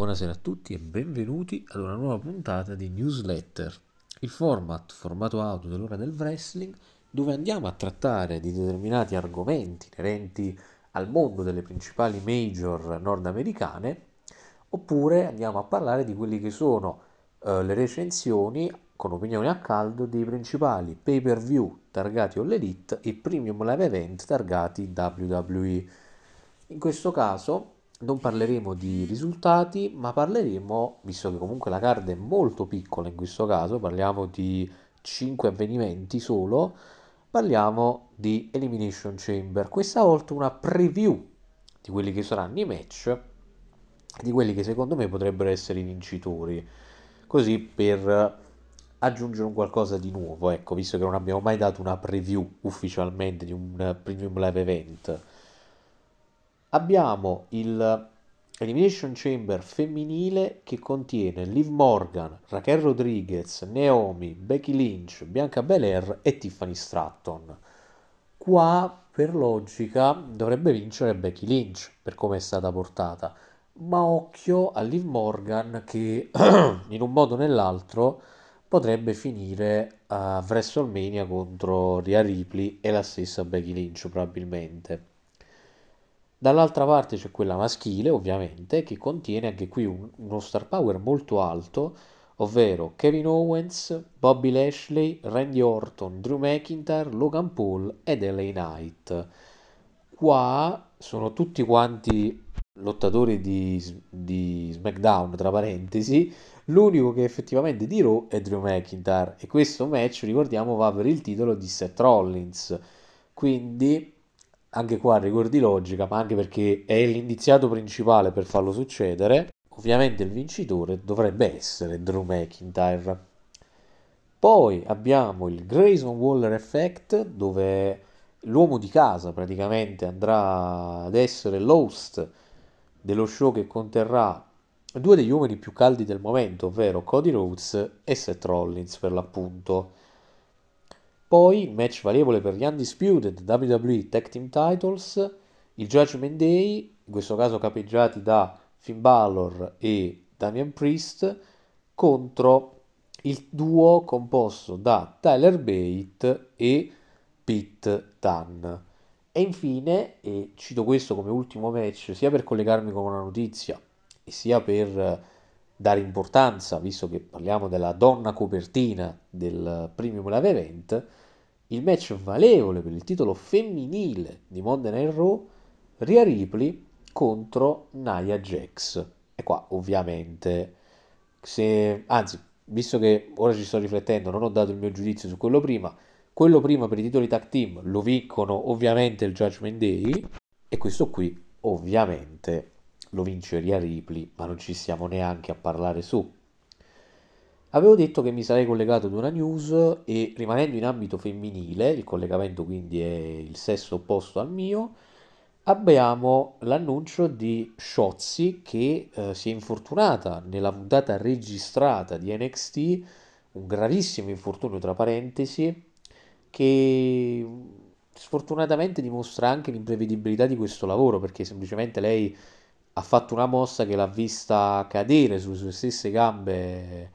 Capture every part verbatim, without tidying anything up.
Buonasera a tutti e benvenuti ad una nuova puntata di Newsletter, il format formato audio dell'ora del wrestling, dove andiamo a trattare di determinati argomenti inerenti al mondo delle principali major nordamericane, oppure andiamo a parlare di quelli che sono eh, le recensioni con opinioni a caldo dei principali pay-per-view targati All Elite e premium live event targati W W E. In questo caso non parleremo di risultati, ma parleremo, visto che comunque la card è molto piccola in questo caso, parliamo di cinque avvenimenti solo, parliamo di Elimination Chamber. Questa volta una preview di quelli che saranno i match, di quelli che secondo me potrebbero essere i vincitori, così per aggiungere un qualcosa di nuovo, ecco, visto che non abbiamo mai dato una preview ufficialmente di un premium live event. Abbiamo il Elimination Chamber femminile che contiene Liv Morgan, Raquel Rodriguez, Naomi, Becky Lynch, Bianca Belair e Tiffany Stratton. Qua, per logica, dovrebbe vincere Becky Lynch per come è stata portata, ma occhio a Liv Morgan che in un modo o nell'altro potrebbe finire a WrestleMania contro Rhea Ripley e la stessa Becky Lynch probabilmente. Dall'altra parte c'è quella maschile, ovviamente, che contiene anche qui un- uno star power molto alto, ovvero Kevin Owens, Bobby Lashley, Randy Orton, Drew McIntyre, Logan Paul ed L A Knight. Qua sono tutti quanti lottatori di, di SmackDown, tra parentesi. L'unico che effettivamente di Raw è Drew McIntyre e questo match, ricordiamo, va per il titolo di Seth Rollins. Quindi anche qua rigor di logica, ma anche perché è l'indiziato principale per farlo succedere, ovviamente il vincitore dovrebbe essere Drew McIntyre. Poi abbiamo il Grayson Waller Effect, dove l'uomo di casa praticamente andrà ad essere l'host dello show che conterrà due degli uomini più caldi del momento, ovvero Cody Rhodes e Seth Rollins per l'appunto. Poi il match valevole per gli Undisputed W W E Tag Team Titles, il Judgment Day, in questo caso capeggiati da Finn Balor e Damian Priest, contro il duo composto da Tyler Bate e Pete Dunne. E infine, e cito questo come ultimo match, sia per collegarmi con una notizia e sia per dare importanza, visto che parliamo della donna copertina del Premium Live Event, il match valevole per il titolo femminile di Monday Night Raw, Rhea Ripley contro Nia Jax. E qua ovviamente, se, anzi, visto che ora ci sto riflettendo, non ho dato il mio giudizio su quello prima, quello prima per i titoli tag team lo vincono ovviamente il Judgment Day e questo qui ovviamente lo vince Rhea Ripley, ma non ci stiamo neanche a parlare su. Avevo detto che mi sarei collegato ad una news e rimanendo in ambito femminile, il collegamento quindi è il sesso opposto al mio, abbiamo l'annuncio di Shotzi che eh, si è infortunata nella puntata registrata di N X T, un gravissimo infortunio tra parentesi, che sfortunatamente dimostra anche l'imprevedibilità di questo lavoro, perché semplicemente lei ha fatto una mossa che l'ha vista cadere sulle sue stesse gambe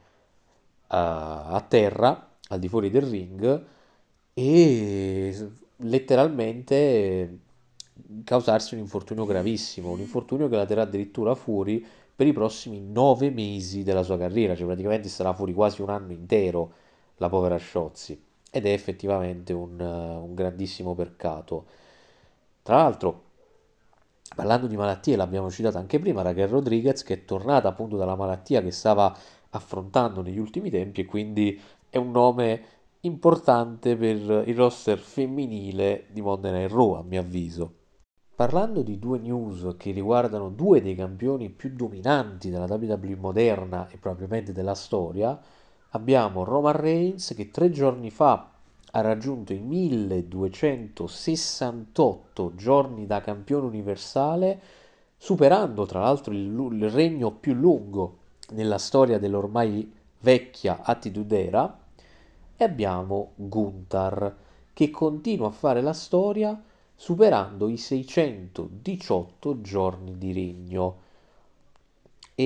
a, a terra, al di fuori del ring, e letteralmente causarsi un infortunio gravissimo, un infortunio che la terrà addirittura fuori per i prossimi nove mesi della sua carriera, cioè praticamente sarà fuori quasi un anno intero la povera Sciozzi. Ed è effettivamente un, un grandissimo peccato. Tra l'altro, parlando di malattie, l'abbiamo citata anche prima, Raquel Rodriguez, che è tornata appunto dalla malattia che stava affrontando negli ultimi tempi e quindi è un nome importante per il roster femminile di Monday Night Raw, a mio avviso. Parlando di due news che riguardano due dei campioni più dominanti della W W E moderna e probabilmente della storia, abbiamo Roman Reigns che tre giorni fa ha raggiunto i milleduecentosessantotto giorni da campione universale, superando tra l'altro il, il regno più lungo nella storia dell'ormai vecchia Attitude Era. E abbiamo Gunther che continua a fare la storia superando i seicentodiciotto giorni di regno. E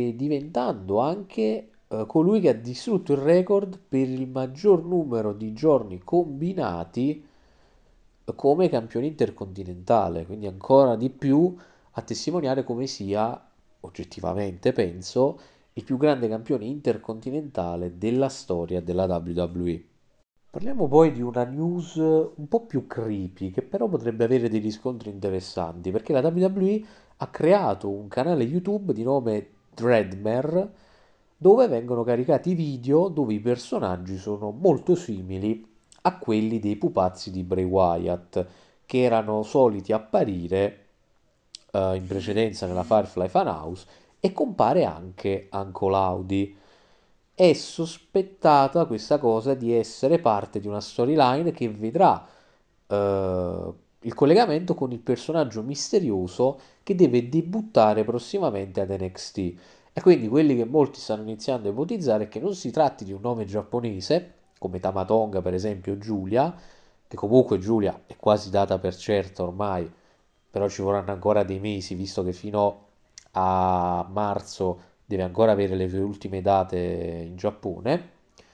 e diventando anche eh, colui che ha distrutto il record per il maggior numero di giorni combinati come campione intercontinentale, quindi ancora di più a testimoniare come sia, oggettivamente penso, il più grande campione intercontinentale della storia della W W E. Parliamo poi di una news un po' più creepy, che però potrebbe avere dei riscontri interessanti, perché la W W E ha creato un canale YouTube di nome Dreadmare, dove vengono caricati video dove i personaggi sono molto simili a quelli dei pupazzi di Bray Wyatt, che erano soliti apparire eh, in precedenza nella Firefly Funhouse, e compare anche Uncle Howdy. È sospettata questa cosa di essere parte di una storyline che vedrà eh, il collegamento con il personaggio misterioso che deve debuttare prossimamente ad N X T. E quindi quelli che molti stanno iniziando a ipotizzare è che non si tratti di un nome giapponese, come Tamatonga per esempio Giulia, che comunque Giulia è quasi data per certa ormai, però ci vorranno ancora dei mesi, visto che fino a marzo deve ancora avere le sue ultime date in Giappone.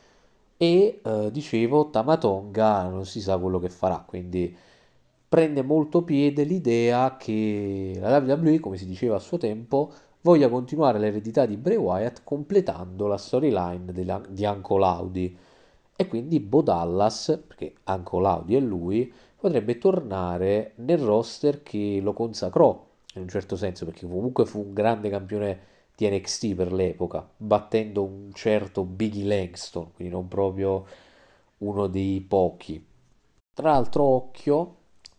E eh, dicevo, Tamatonga non si sa quello che farà, quindi prende molto piede l'idea che la W W E, come si diceva a suo tempo, voglia continuare l'eredità di Bray Wyatt completando la storyline della- di Uncle Howdy. E quindi Bo Dallas, perché Uncle Howdy è lui, potrebbe tornare nel roster che lo consacrò, in un certo senso, perché comunque fu un grande campione di N X T per l'epoca, battendo un certo Biggie Langston, quindi non proprio uno dei pochi. Tra l'altro, occhio,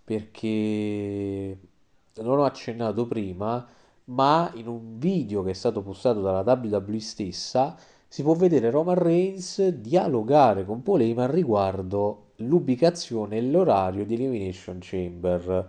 perché non ho accennato prima, ma in un video che è stato postato dalla W W E stessa si può vedere Roman Reigns dialogare con Paul Heyman riguardo l'ubicazione e l'orario di Elimination Chamber.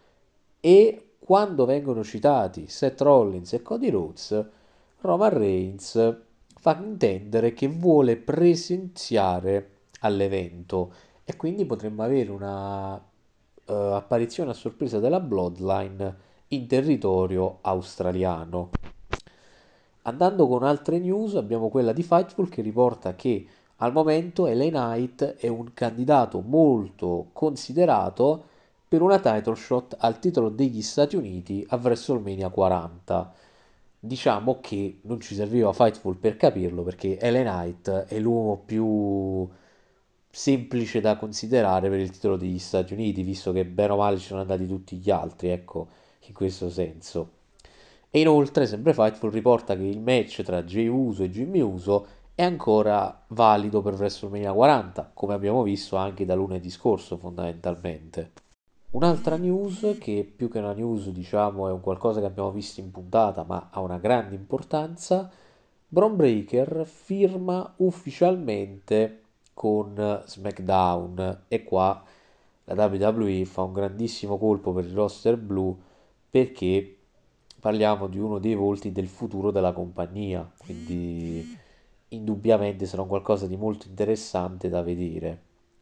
E quando vengono citati Seth Rollins e Cody Rhodes, Roman Reigns fa intendere che vuole presenziare all'evento e quindi potremmo avere una eh, apparizione a sorpresa della Bloodline in territorio australiano. Andando con altre news, abbiamo quella di Fightful che riporta che al momento L A Knight è un candidato molto considerato per una title shot al titolo degli Stati Uniti a WrestleMania quaranta. Diciamo che non ci serviva Fightful per capirlo perché L A Knight è l'uomo più semplice da considerare per il titolo degli Stati Uniti, visto che bene o male ci sono andati tutti gli altri, ecco, in questo senso. E inoltre, sempre Fightful riporta che il match tra Jey Uso e Jimmy Uso è ancora valido per WrestleMania quaranta, come abbiamo visto anche da lunedì scorso, fondamentalmente. Un'altra news, che più che una news, diciamo, è un qualcosa che abbiamo visto in puntata, ma ha una grande importanza. Bron Breakker firma ufficialmente con SmackDown e qua la W W E fa un grandissimo colpo per il roster blu perché parliamo di uno dei volti del futuro della compagnia, quindi indubbiamente sarà un qualcosa di molto interessante da vedere.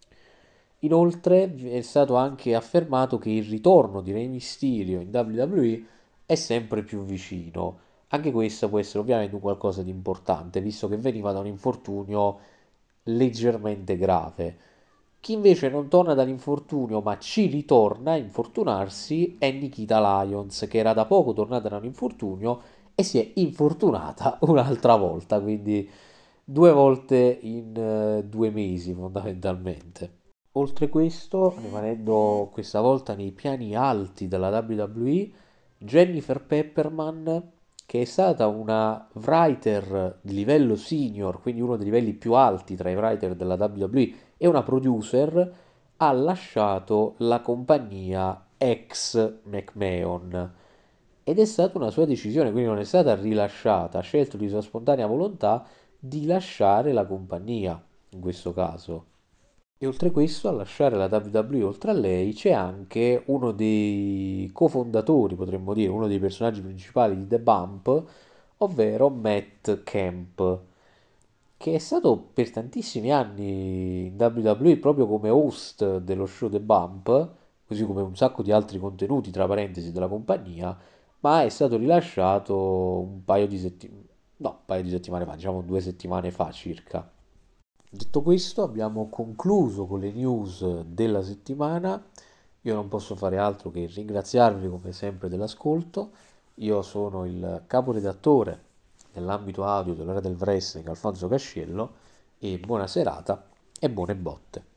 Inoltre è stato anche affermato che il ritorno di Rey Mysterio in W W E è sempre più vicino. Anche questo può essere ovviamente un qualcosa di importante, visto che veniva da un infortunio leggermente grave. Chi invece non torna dall'infortunio ma ci ritorna a infortunarsi è Nikita Lyons, che era da poco tornata da un infortunio e si è infortunata un'altra volta, quindi due volte in eh, due mesi fondamentalmente. Oltre questo, rimanendo questa volta nei piani alti della W W E, Jennifer Pepperman, che è stata una writer di livello senior, quindi uno dei livelli più alti tra i writer della W W E, e una producer, ha lasciato la compagnia ex McMahon. Ed è stata una sua decisione, quindi non è stata rilasciata, ha scelto di sua spontanea volontà di lasciare la compagnia, in questo caso. E oltre questo, a lasciare la W W E oltre a lei c'è anche uno dei cofondatori, potremmo dire, uno dei personaggi principali di The Bump, ovvero Matt Camp, che è stato per tantissimi anni in W W E proprio come host dello show The Bump, così come un sacco di altri contenuti, tra parentesi, della compagnia, ma è stato rilasciato un paio di settimane, No, un paio di settimane fa, diciamo due settimane fa circa. Detto questo, abbiamo concluso con le news della settimana. Io non posso fare altro che ringraziarvi come sempre dell'ascolto. Io sono il caporedattore nell'ambito audio dell'Ora del Wrestling, Alfonso Casciello, e buona serata e buone botte.